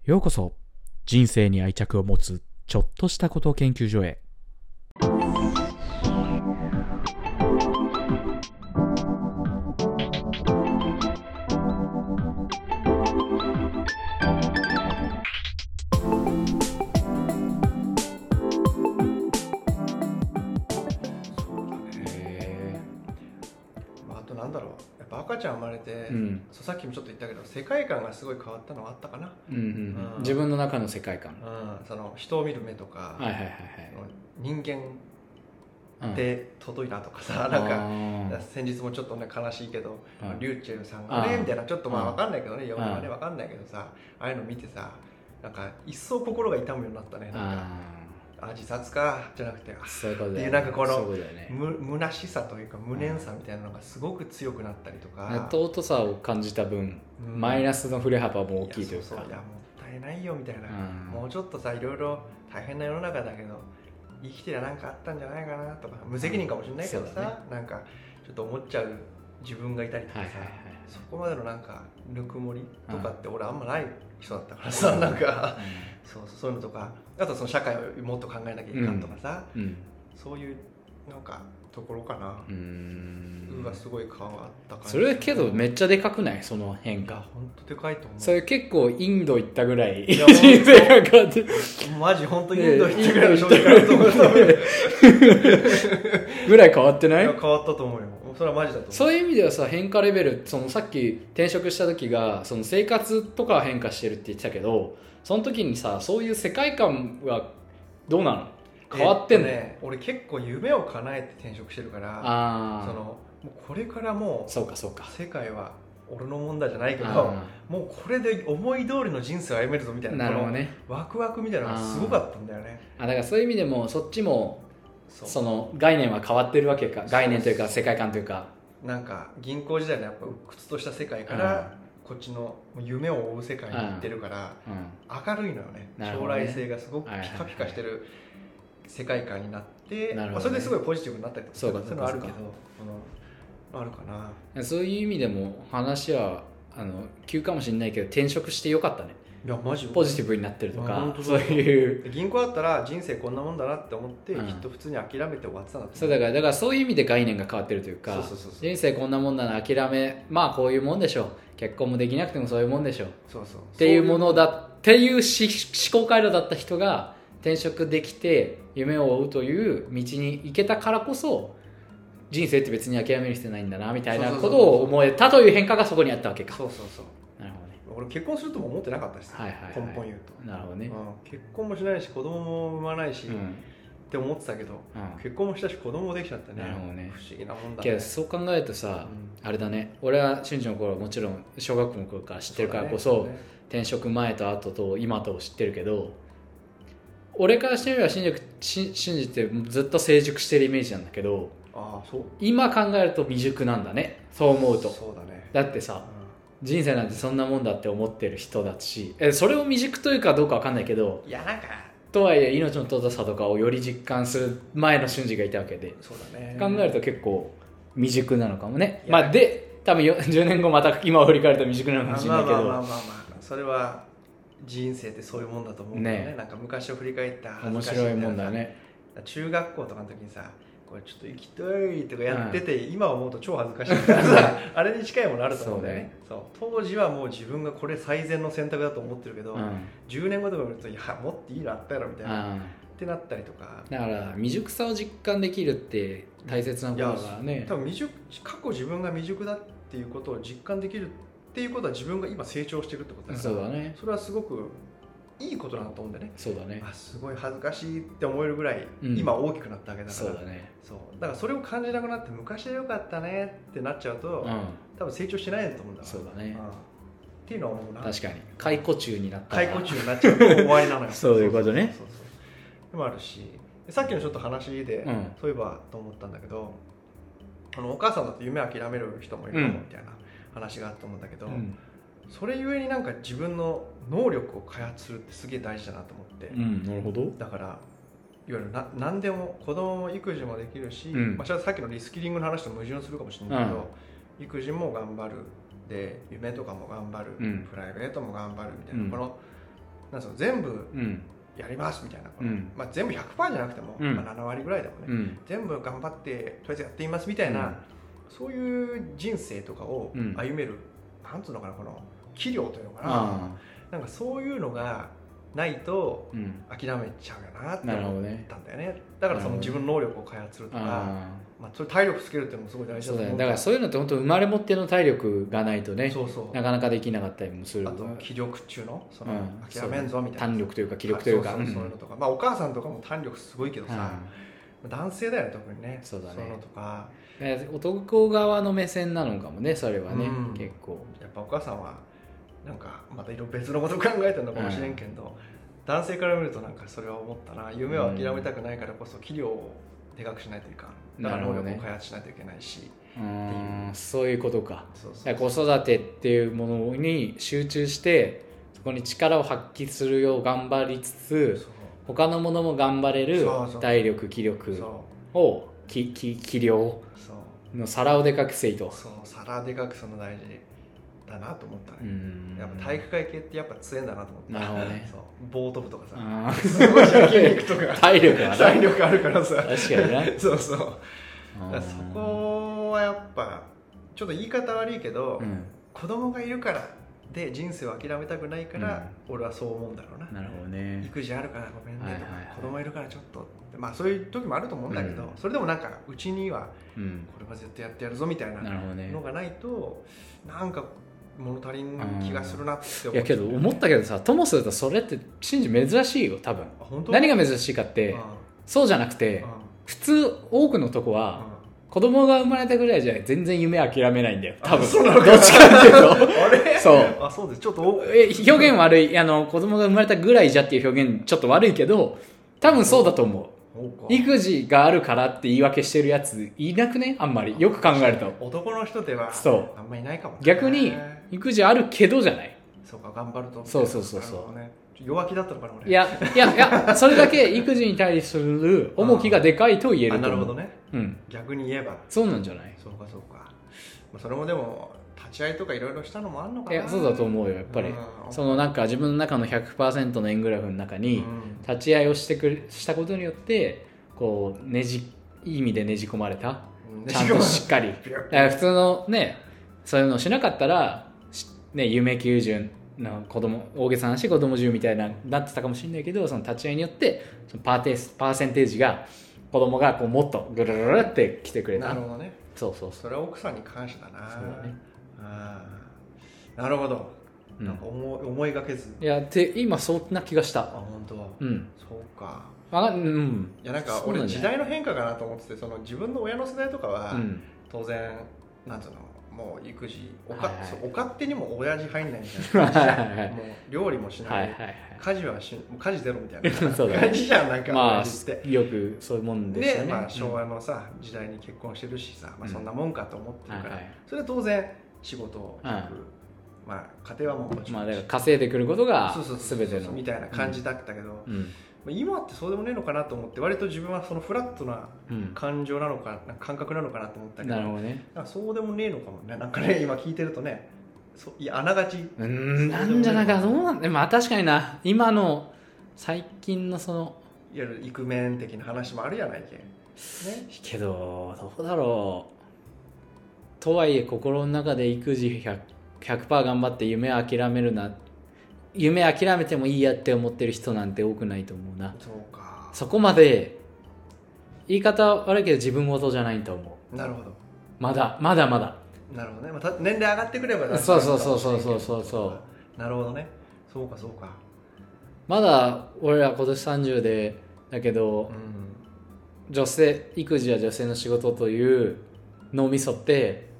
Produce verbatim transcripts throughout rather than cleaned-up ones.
ようこそ人生に愛着を持つちょっとしたこと研究所へ。 赤ちゃん生まれて、うん、さっきもちょっと言ったけど世界観がすごい変わったのはあったかな、 うんうんうん、自分の中の世界観、 うん、その人を見る目とか、 はいはいはいはい、 人間で届いたとかさ、うん、なんか先日もちょっとね悲しいけど、うん、リューチェルさんがねみたいなちょっとまあ分かんないけどね、読みはね分かんないけどさ、ああいうの見てさなんか一層心が痛むようになったね。なんかあ自殺かじゃなくてそういうことだよね、 っていうなんかこのうね、 む虚しさというか無念さみたいなのがすごく強くなったりとか、 尊さを感じた分、うん、マイナスの振れ幅も大きいというか、 そうそういやもったいないよみたいな、うん、もうちょっとさいろいろ大変な世の中だけど生きてりゃなんかあったんじゃないかなとか、無責任かもしれないけどさ、うんね、なんかちょっと思っちゃう自分がいたりとかさ、はいはいはい、そこまでのなんかぬくもりとかって俺あんまない人だったからさ、うん、なんか、うん、そうそうそういうのとか、あとその社会をもっと考えなきゃいかんとかさ、うん、そういうなんかところかな。うーんがすごい変わった感じ。 それけどめっちゃでかくない？その変化。 本当でかいと思う。 それ結構インド行ったぐらい人生が変わって。 マジ本当インド行ったぐらいの正直だと思う。 ぐらい変わってない？ いや変わったと思うよ。それはマジだと思う。 そういう意味ではさ、変化レベル、そのさっき転職した時がその生活とかは変化してるって言ってたけど、その時にさ、そういう世界観はどうなの？変わってんの？ ね、俺結構夢を叶えて転職してるから、あそのもうこれからもうそうかそうか世界は俺のもんだじゃないけど、もうこれで思い通りの人生を歩めるぞみたいな、 なるほどね、 ワクワクみたいなのがすごかったんだよね。 あだからそういう意味でもそっちも そ, その概念は変わってるわけか、概念というか世界観というか、 なんか銀行時代のやっぱ鬱屈とした世界から、こっちの夢を追う世界に行ってるから、明るいのよね、ね、将来性がすごくピカピカしてる世界観になって、ね、まあ、それですごいポジティブになったりとかそういうのあるけど、うん、あるかな。 そういう意味でも話はあの急かもしれないけど転職してよかったね。 いやマジポジティブになってるとか、そういう銀行だったら人生こんなもんだなって思って、うん、きっと普通に諦めて終わってたんだと。 そうだからだからそういう意味で概念が変わってるというか、そうそうそうそう、人生こんなもんだな、諦め、まあこういうもんでしょう、結婚もできなくてもそういうもんでしょう、そうそうっていうものだっていう思考回路だった人が転職できて夢を追うという道に行けたからこそ、人生って別に諦める必要ないんだなみたいなことを思えたという変化がそこにあったわけか。 そうそうそう、なるほどね。俺結婚するとも思ってなかったし、はいはいはい、根本言うと。 なるほどね、 うん、結婚もしないし子供も産まないし、うん、って思ってたけど、うん、結婚もしたし子供もできちゃったね。 なるほどね、 不思議なもんだね。 けどそう考えるとさ、うん、あれだね、俺は俊二の頃もちろん小学校の頃から知ってるからこそ、そうだね、転職前と後と今と知ってるけど、俺からしてみれば信じてずっと成熟してるイメージなんだけど、ああそう今考えると未熟なんだね、そう思うと。 そうだね。 だってさ、うん、人生なんてそんなもんだって思ってる人だし、えそれを未熟というかどうか分かんないけど、 いやなんかとはいえ命の尊さとかをより実感する前の瞬時がいたわけで、 そうだね、 考えると結構未熟なのかもね。まあで多分じゅうねんごまた今を振り返ると未熟なのかもしれないけど、まあまあまあまあまあ、 それは人生ってそういうもんだと思うんだよ ね, ねなんか昔を振り返った面白いもんだね。 中学校とかの時にさ、これちょっと行きたいとかやってて、うん、今思うと超恥ずかしいからさあれに近いものあると思うんだよね。そうね、そう当時はもう自分がこれ最善の選択だと思ってるけど、うん、じゅうねんごとか見るといやもっといいのあったやろみたいな、うん、ってなったりとか、 だから未熟さを実感できるって大切なことだからね。 多分未熟過去自分が未熟だっていうことを実感できるっていうことは自分が今成長してるってことだから、 そうだね、 それはすごくいいことなんだと思うんだよね。 そうだね、 あすごい恥ずかしいって思えるぐらい、うん、今大きくなったわけだから、 そうだね、 そうだからそれを感じなくなって昔でよかったねってなっちゃうと、うん、多分成長してないと思うんだから。 そうだね、うん、 っていうのは思うな。 確かに解雇中になった解雇中になっちゃうと終わりなのよそういうことね。 そうそうそうでもあるし、さっきのちょっと話で、うん、そういえばと思ったんだけど、あのお母さんだって夢諦める人もいるかもみたいな話があったと思うんだけど、うん、それゆえになんか自分の能力を開発するってすげえ大事だなと思って、 うん、なるほど。 だからいわゆるな何でも子供も育児もできるし、うんまあ、さっきのリスキリングの話と矛盾するかもしれないけど、うん、育児も頑張るで夢とかも頑張る、うん、プライベートも頑張るみたいな、うん、このなんその全部やりますみたいな、うんまあ、全部 ひゃくパーセント じゃなくても、うんまあ、ななわりぐらいでもね、うん、全部頑張ってとりあえずやってみますみたいな、うん、そういう人生とかを歩める、うん、なんつうのかなこの器量というのかな、なんかそういうのがないと諦めちゃうよなって思ったんだよね、うん、だからその自分の能力を開発するとか、まあ、それ体力つけるっていうのもすごい大事だと思う。 そうだね、だからそういうのって本当生まれ持っての体力がないとね、そうそうなかなかできなかったりもする。 あと気力中のその、うん、諦めんぞみたいな、 胆力というか気力というか、 そうそうそういうのとか、まあ、お母さんとかも胆力すごいけどさ、うん、男性だよね特にね、 そうだね、 そういうのとか男側の目線なのかもねそれはね、うん、結構やっぱお母さんはなんかまたいろいろ別のこと考えてるのかもしれんけど、うん、男性から見るとなんかそれは思ったな。夢を諦めたくないからこそ器量をでかくしないといかん、だから能力を開発しないといけないし、 うんそういうことか。そうそうそう、子育てっていうものに集中してそこに力を発揮するよう頑張りつつ他のものも頑張れる体力気力をきき器量の皿をでかくせいと。 そう皿でかくするの大事だなと思ったね。うんやっぱ体育会系ってやっぱ強いんだなと思った。 なるほどね。 そうボート部とかさすごいじゃん筋肉とか体力は体力あるからさ確かにねそうそうだからそこはやっぱちょっと言い方悪いけど、うん、子供がいるからで人生を諦めたくないから、うん、俺はそう思うんだろうな。 なるほどね。 育児あるからごめんねとか、はいはいはい、子供いるからちょっとまあそういう時もあると思うんだけど、うん、それでもなんかうちには、うん、これは絶対やってやるぞみたいなのがないとな、ね、なんか物足りん気がするなって思って、ね、 いやけど思ったけどさ、ともするとそれって真珠珍しいよ多分。何が珍しいかって、うん、そうじゃなくて、うん、普通多くのとこは、うん子供が生まれたぐらいじゃ全然夢諦めないんだよ多分。 そうなのかどっちかっていうとあれそうあそうですちょっとえ表現悪いあの子供が生まれたぐらいじゃっていう表現ちょっと悪いけど多分そうだと思う。育児があるからって言い訳してるやついなくねあんまりよく考えると。 男の人ではそうあんまりいないかも、ね、 逆に育児あるけどじゃない。 そうか頑張るとそうそうそうそう、 ね、弱気だったのかな俺。 いやいやいやそれだけ育児に対する重きがでかいと言えると思う。 なるほどね、 うん、 逆に言えばそうなんじゃない。 そうかそうか、まあ、それもでも立ち会いとかいろいろしたのもあるのかな。 いやそうだと思うよやっぱり、うん、そのなんか自分の中の ひゃくパーセント の円グラフの中に立ち会いをしてくるしたことによってこうねじいい意味でねじ込まれた、うん、ちゃんとしっかりだから普通のねそういうのをしなかったら、ね、夢きゅうじゅうの子供大げさな話子供じゅうみたいななってたかもしれないけどその立ち会いによってそのパーテーパーセンテージが子供がこうもっとぐるるるって来てくれた。 なるほどね。 そうそうそう。 それは奥さんに感謝だな。 そうだね。 あなるほど。なんか思い、思いがけず。 いやで今そんな気がした。あ本当は。 うん。 そうか。 あうん。 いやなんか俺時代の変化かなと思っててその自分の親の世代とかは、うん、当然なんつうの。もう育児おか、はいはい、お勝手にも親父入んないみたいなはいはい、はい、もう料理もしない、はいはいはい、家事はし家事ゼロみたいなそうだ、ね、感じじゃんなんか親父って、まあ、よくそういうもんですよね。 で、まあ、昭和のさ、うん、時代に結婚してるしさ、まあ、そんなもんかと思ってるから、うんはいはい、それは当然仕事を引く、うん、まあ家庭はもうもちろん、 まあ、だから稼いでくることが全てのみたいな感じだったけど、うんうん今ってそうでもねえのかなと思って割と自分はそのフラットな感情なのか、うん、感覚なのかなと思ったけど、 なるほどね、 なんかそうでもねえのかもね。なんかね今聞いてるとねそいやあながちうーんなんじゃないかどうなんでまあ確かにな今の最近のそのいわゆるイクメン的な話もあるやないけ、ね、 けどどうだろうとはいえ心の中で育児 ひゃくパーセント 頑張って夢を諦めるな夢諦めてもいいやって思ってる人なんて多くないと思うな。 そうかそこまで言い方悪いけど自分ごとじゃないと思う。なるほどまだまだまだなるほどね、また年齢上がってくればだそうそうそうそうそうそうそうなるほどねそうかそうかまだ俺ら今年さんじゅうでだけど、うん、女性育児は女性の仕事という脳みそって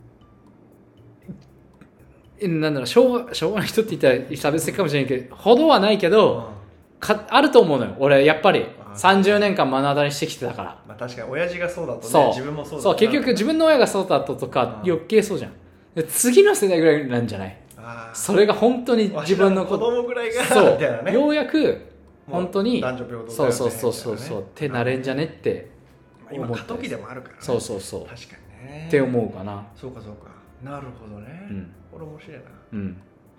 なんだろう昭和、昭和の人って言ったら差別的かもしれないけどほどはないけど、うん、かあると思うのよ俺やっぱりさんじゅうねんかん目の当たりしてきてたから、 まあ、確かに親父がそうだとねそう自分もそうだとそう結局自分の親がそうだととか、うん、余計そうじゃんで次の世代ぐらいなんじゃないそれが本当に自分の子供ぐらいがそうみたいな、ね、 ようやく本当に男女平等だよねそうそうそうそうそう、ね、ってなれんじゃねって思った、まあ、今過渡期でもあるからねそうそうそう確かにねって思うかな。 そうかそうかなるほどね、うん、これ面白いな、 うん、 はは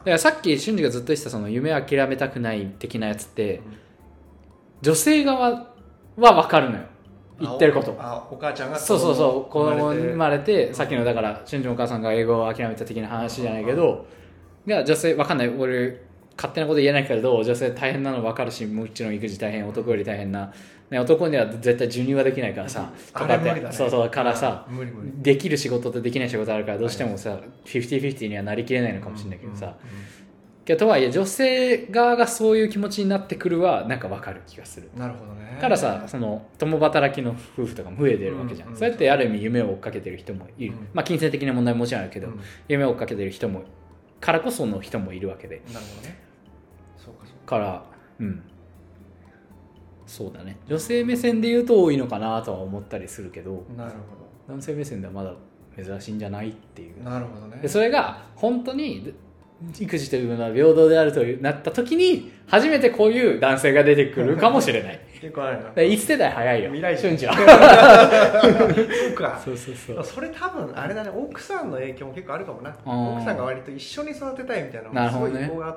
からさっき俊二がずっと言ってたその夢を諦めたくない的なやつって、うん、女性側は分かるのよ、言ってること。 あお母ちゃんがそうそうそう子供生まれて、うん、さっきのだから俊二のお母さんが英語を諦めた的な話じゃないけど、うん、が女性分かんない、俺勝手なこと言えないけど女性大変なの分かるし、もちろん育児大変、男より大変な、ね、男には絶対授乳はできないからさ、 とかって、ね、 そうそうからさ、 無理無理できる仕事とできない仕事あるからどうしてもさ、はい、フィフティーフィフティーにはなりきれないのかもしれないけどさ、うんうんうん、けどとはいえ女性側がそういう気持ちになってくるはなんか分かる気がする。 なるほどね。 からさ、その共働きの夫婦とかも増えてるわけじゃん、うんうん、そうやってある意味夢を追っかけてる人もいる、うん、まあ金銭的な問題ももちろんあるけど、うん、夢を追っかけてる人もからこその人もいるわけで。 なるほどね。そうかそうか。からうんそうだね、女性目線で言うと多いのかなとは思ったりするけど、 なるほど男性目線ではまだ珍しいんじゃないっていう。 なるほどね。 でそれが本当に育児というのは平等であるとなった時に初めてこういう男性が出てくるかもしれない結構あるな。 いち世代早いよ未来瞬時はそうか。 そうそうそう。 それ多分あれだね、奥さんの影響も結構あるかもな。奥さんが割と一緒に育てたいみたいなのがすごい意向があって、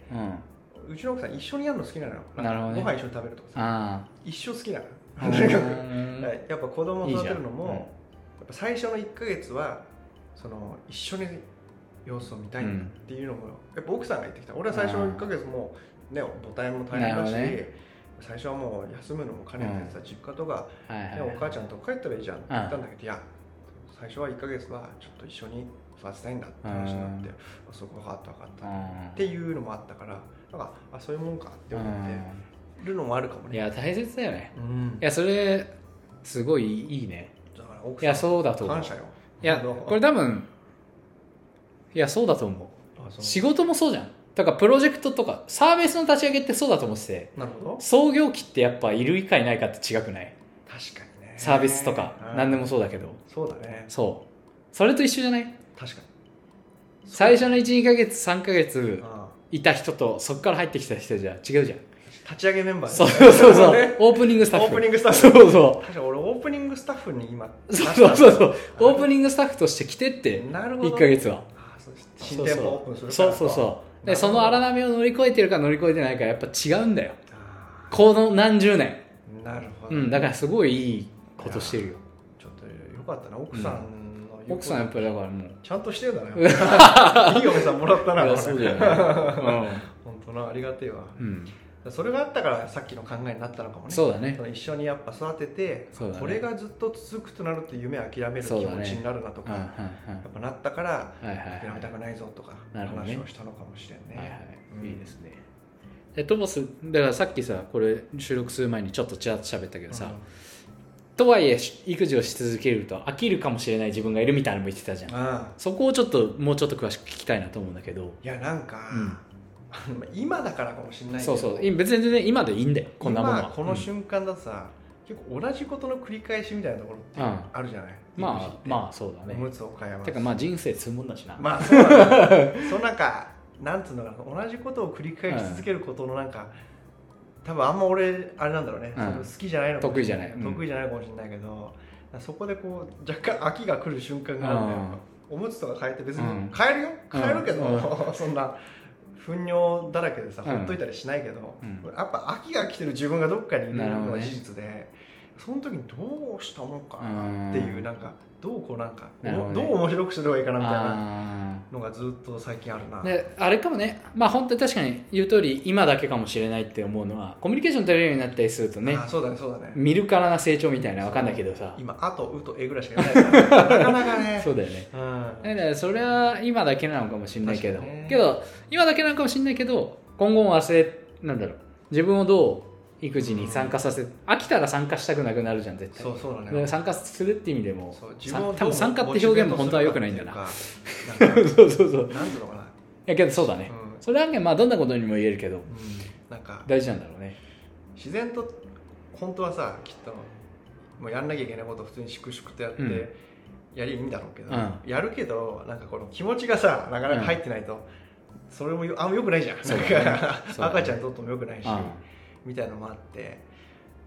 うちの奥さん一緒にやるの好きなのよ。 なるほどね。 ご飯一緒に食べるとかさ、一緒好きなの。やっぱ子供を育てるのも、うん、やっぱ最初のいっかげつはその一緒に様子を見たいっていうのも、うん、やっぱ奥さんが言ってきた。俺は最初のいっかげつもね、母体も大変だし、ね、最初はもう休むのも兼ねてさ、うん、実家とか、はいはい、お母ちゃんと帰ったらいいじゃんって言ったんだけど、うん、いや最初はいっかげつはちょっと一緒に育てたいんだって話になって、うん、そこ分かった分かった、うん、っていうのもあったから、なんかあそういうもんかって思ってるのもあるかもね。 いや大切だよね、 うん、 いやそれすごいいいね。 だから奥さんいやそうだと思う。 感謝よ。 いやこれ多分いやそうだと思う。 あそう仕事もそうじゃん。だからプロジェクトとかサービスの立ち上げってそうだと思ってて、 なるほど。 創業期ってやっぱいるかいないかって違くない？ 確かにね。 サービスとか何でもそうだけど。 そうだね。 そうそれと一緒じゃない？ 確かに。 最初の いち,に ヶ月さんかげついた人とそこから入ってきた人じゃ違うじゃん。 立ち上げメンバー、 ね、そうそうそうオープニングスタッフオープニングスタッフそうそう確かに俺オープニングスタッフに今そうそうそうそうオープニングスタッフとして来てってなるほどいっかげつは新店舗オープンするからそうそうそうでその荒波を乗り越えてるか乗り越えてないかやっぱ違うんだよこの何十年。 なるほど、 うん、だからすごいいいことしてるよ。 ちょっとよかったな奥さんの、 うん、奥さんやっぱりだからもうちゃんとしてるんだねいいお嫁さんもらったな。 いやそうだよね、うん、 本当なありがてえわ、 うん、 それがあったからさっきの考えになったのかもね。 そうだね。 一緒にやっぱ育てて、ね、これがずっと続くとなると夢諦める気持ちになるなとか、ね、やっぱなったから、はいはいはい、諦めたくないぞとか話をしたのかもしれんね。はいはいうん、いいですね。でトモスだからさっきさこれ収録する前にちょっとちらっと喋ったけどさ、うん、とはいえ育児をし続けると飽きるかもしれない自分がいるみたいなのも言ってたじゃん。ああそこをちょっともうちょっと詳しく聞きたいなと思うんだけど。 いやなんか、うん今だからかもしれないけどそうそう別に全然今でいいんだよこんなものは。 今この瞬間だとさ、うん、結構同じことの繰り返しみたいなところってあるじゃない、 うん、まあまあそうだね。 おむつを買いますてかまあ人生積むもんだしな。 まあそうだねそうなんかなんつうのかな同じことを繰り返し続けることのなんか、うん、多分あんま俺あれなんだろうね、うん、好きじゃないのかもしれない得意じゃない、うん、 得意じゃないかもしれないけどそこでこう若干飽きが来る瞬間があるんだよ、うん、おむつとか変えて別に変えるよ、うん、変えるけど、うん、そんな糞尿だらけでさ、ほっといたりしないけど、うん、やっぱ秋が来てる自分がどっかにいるのが事実で、ね、その時にどうしたもんかなっていう、なんかどうこうなんか、ね、どう面白くすればいいかなみたいなのがずっと最近あるな。 であれかもね、まあ本当に確かに言う通り今だけかもしれないって思うのはコミュニケーション取れるようになったりするとね。 あそうだねそうだね。 見るからな成長みたいな分かんないけどさ、 今あとうとえぐらいしかないからなかなかねそうだよね、うん、だからそれは今だけなのかもしれないけど、ね、けど今だけなのかもしれないけど今後も忘れなんだろう自分をどう育児に参加させ、うん、飽きたら参加したくなくなるじゃん絶対。 そうそうだね。 参加するって意味でも自分を多分参加って表現も本当は良くないんだな。 そうそうそう。 なんていうのかな。いやけどそうだね。うん、それはまあどんなことにも言えるけど、うん、 なんか大事なんだろうね。 自然と本当はさきっともうやんなきゃいけないことを普通に粛々とやって、うん、やりゃいいんだろうけど、うん、やるけどなんかこの気持ちがさなかなか入ってないと、うん、それもあんま良くないじゃん。ね、赤ちゃんにとっても良くないし。うんみたいなのもあって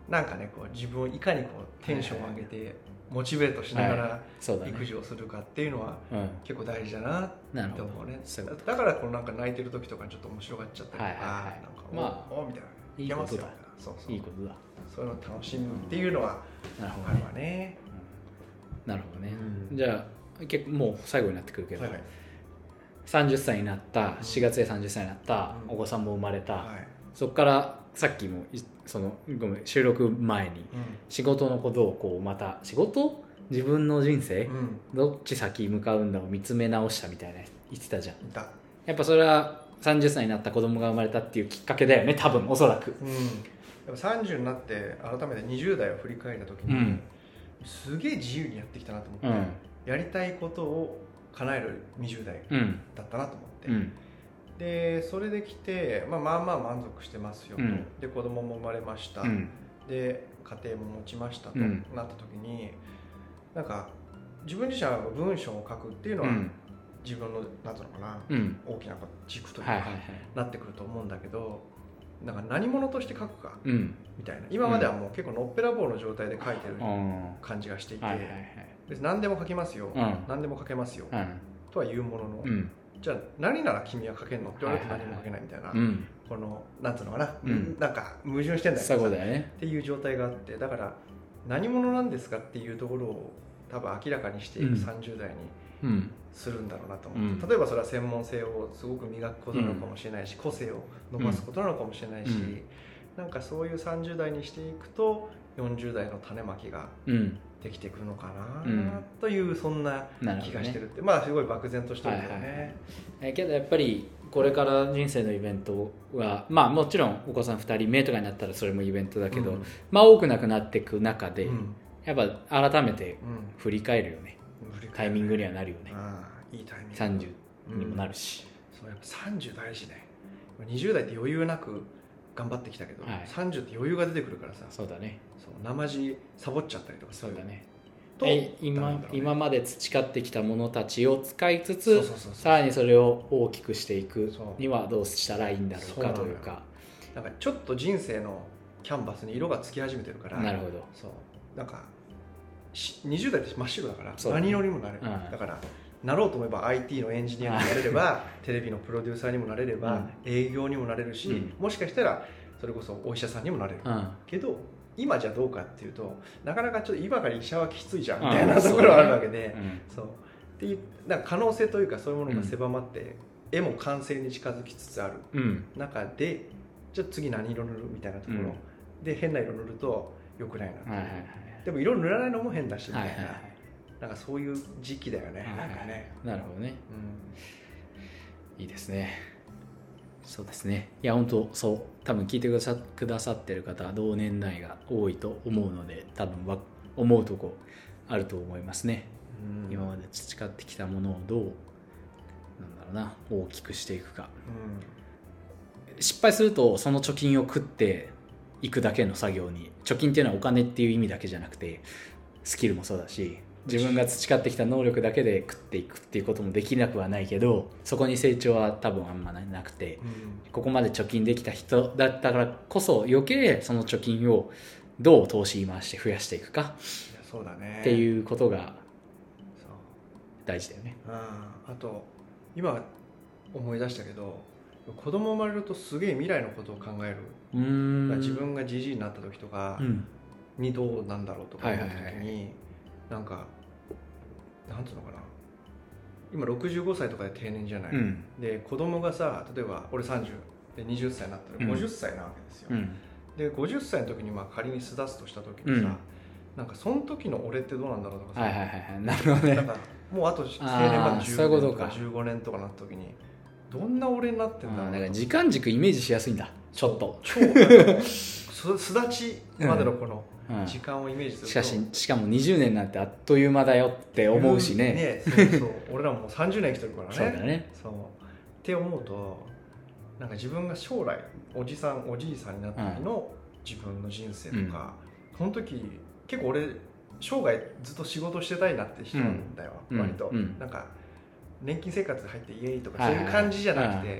なんかねこう自分をいかにこうテンションを上げてモチベートしながら育児をするかっていうのは結構大事だなって思うね。だからこのなんか泣いてる時とかちょっと面白がっちゃったりとか、なんかまあおみたいないけますよ。そうそういいことだ。そういうの楽しむっていうのはあるわね。 なるほどね。じゃあ結構もう最後になってくるけど、さんじゅっさいになったしがつでさんじゅっさいになったお子さんも生まれた。そこからさっきもそのごめん収録前に仕事のことをこうまた仕事自分の人生、うん、どっち先向かうんだを見つめ直したみたいな言ってたじゃん。やっぱそれはさんじゅっさいになった子供が生まれたっていうきっかけだよね多分おそらく、うん、 でもさんじゅうになって改めてにじゅう代を振り返った時に、うん、すげえ自由にやってきたなと思って、うん、やりたいことを叶えるにじゅう代だったなと思って、うんでそれで来て、まあ、まあまあ満足してますよと、うん、で子供も生まれました、うん、で家庭も持ちましたと、うん、なった時になんか自分自身は文章を書くっていうのは、うん、自分のなんていうのかな、うん、大きな軸というか、はいはいはい、なってくると思うんだけどなんか何者として書くか、うん、みたいな今まではもう結構のっぺらぼうの状態で書いてる感じがしていて、はいはいはい、別に何でも書きますよ、うん、何でも書けますよ、うん、とは言うものの、うんじゃあ何なら君は書けんのって言われて何も書けないみたいな、はいはいはい、このなんつうのかな、うん、なんか矛盾してんだけどそうだよねっていう状態があってだから何者なんですかっていうところを多分明らかにしていくさんじゅう代にするんだろうなと思って、うん、例えばそれは専門性をすごく磨くことなのかもしれないし、うん、個性を伸ばすことなのかもしれないし、うん、なんかそういうさんじゅう代にしていくとよんじゅう代の種まきが、うんできてくるのかなという、うん、そんな気がしてるって、ね、まあすごい漠然としてるけどね、はいはいはい、けどやっぱりこれから人生のイベントはまあもちろんお子さんふたりめとかになったらそれもイベントだけど、うん、まあ多くなくなっていく中で、うん、やっぱ改めて振り返るよね、うん、タイミングにはなるよね。 あいいタイミングさんじゅうにもなるし、 うん、そうやっぱさんじゅう大事ね。にじゅう代って余裕なく頑張ってきたけど、はい、さんじゅうって余裕が出てくるからさそうだね生地サボっちゃったりとかそうだねとえ 今, ね今まで培ってきたものたちを使いつつさらにそれを大きくしていくにはどうしたらいいんだろうかというかなんかちょっと人生のキャンバスに色がつき始めてるからなるほどそうなんかにじゅう代って真っ白だから何色にもなれる、うん、だからなろうと思えば アイティー のエンジニアにもなれればテレビのプロデューサーにもなれれば、うん、営業にもなれるし、うん、もしかしたらそれこそお医者さんにもなれる、うん、けど今じゃどうかっていうとなかなかちょっと今から医者はきついじゃんみたいなところがあるわけで、うん、そうっていうなんか可能性というかそういうものが狭まって、うん、絵も完成に近づきつつある中で、うん、じゃあ次何色塗るみたいなところ、うん、で変な色塗ると良くないなって、はいはいはい、でも色塗らないのも変だしみたいな、はいはいはい、なんかそういう時期だよね、はいはい、なんかねなるほどね、うん、いいですねそうですねいや本当そう多分聞いてくださ、くださってる方は同年代が多いと思うので多分わ思うとこあると思いますね、うん、今まで培ってきたものをどうなんだろうな大きくしていくか、うん、失敗するとその貯金を食っていくだけの作業に貯金っていうのはお金っていう意味だけじゃなくてスキルもそうだし自分が培ってきた能力だけで食っていくっていうこともできなくはないけどそこに成長は多分あんまなくて、うん、ここまで貯金できた人だったからこそ余計その貯金をどう投資に回して増やしていくかそうだねっていうことが大事だよね。 あ, あと今思い出したけど子供生まれるとすげえ未来のことを考えるうーん自分がじじいになった時とかにどうなんだろうとか思った時に、はいはいはい、なんかなんつうのかな今ろくじゅうごさいとかで定年じゃない、うん、で子供がさ例えば俺さんじゅうではたちになったらごじゅっさいなわけですよ、うん、でごじゅっさいの時にまあ仮に巣立つとした時にさ、うん、なんかその時の俺ってどうなんだろうとかさ、 はいはいはい、なるほどねなんかもうあと定年までじゅうねんとかじゅうごねんとかなった時にどんな俺になってんだろうだから時間軸イメージしやすいんだちょっと超巣立ちまでのこの、時間をイメージすると、 しかししかもにじゅうねんなんてあっという間だよって思うしね、 ねそうそう俺らもうさんじゅうねん生きてるからねそうだねそうって思うとなんか自分が将来おじさんおじいさんになった時の自分の人生とか、うん、その時結構俺生涯ずっと仕事してたいなって人なんだよ、うん、割と、うん、なんか年金生活入ってイエーイとかそういう感じじゃなくて、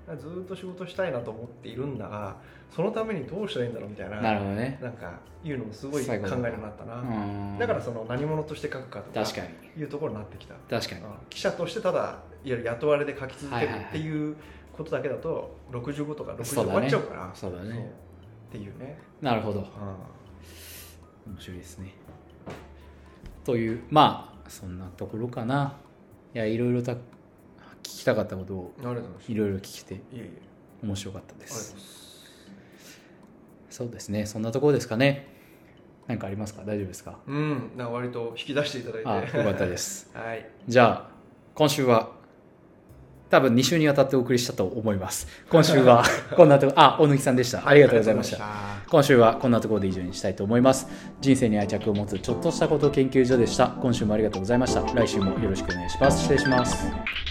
ずっと仕事したいなと思っているんだが、そのためにどうしたらいいんだろうみたいな、 なるほどね、 なんかいうのもすごい考えるようになったな。だからその何者として書くかとかいうところになってきた。 確かに記者としてただいわゆる雇われで書き続けるっていうことだけだとろくじゅうごとかろくじゅう終わっちゃうから、 そうだね、そうっていうね。 なるほど、面白いですね。というまあそんなところかな。いやいろいろと聞きたかったことをいろいろ聞けて面白かったです。そうですね、そんなところですかね。何かありますか？大丈夫ですか？ うん、なんか割と引き出していただいて、 あ、よかったです、 はい、 じゃあ今週は多分に週にわたってお送りしたと思います。今週はこんなところあ、大貫さんでした。ありがとうございました。今週はこんなところで以上にしたいと思います。人生に愛着を持つちょっとしたこと研究所でした。今週もありがとうございました。来週もよろしくお願いします。失礼します。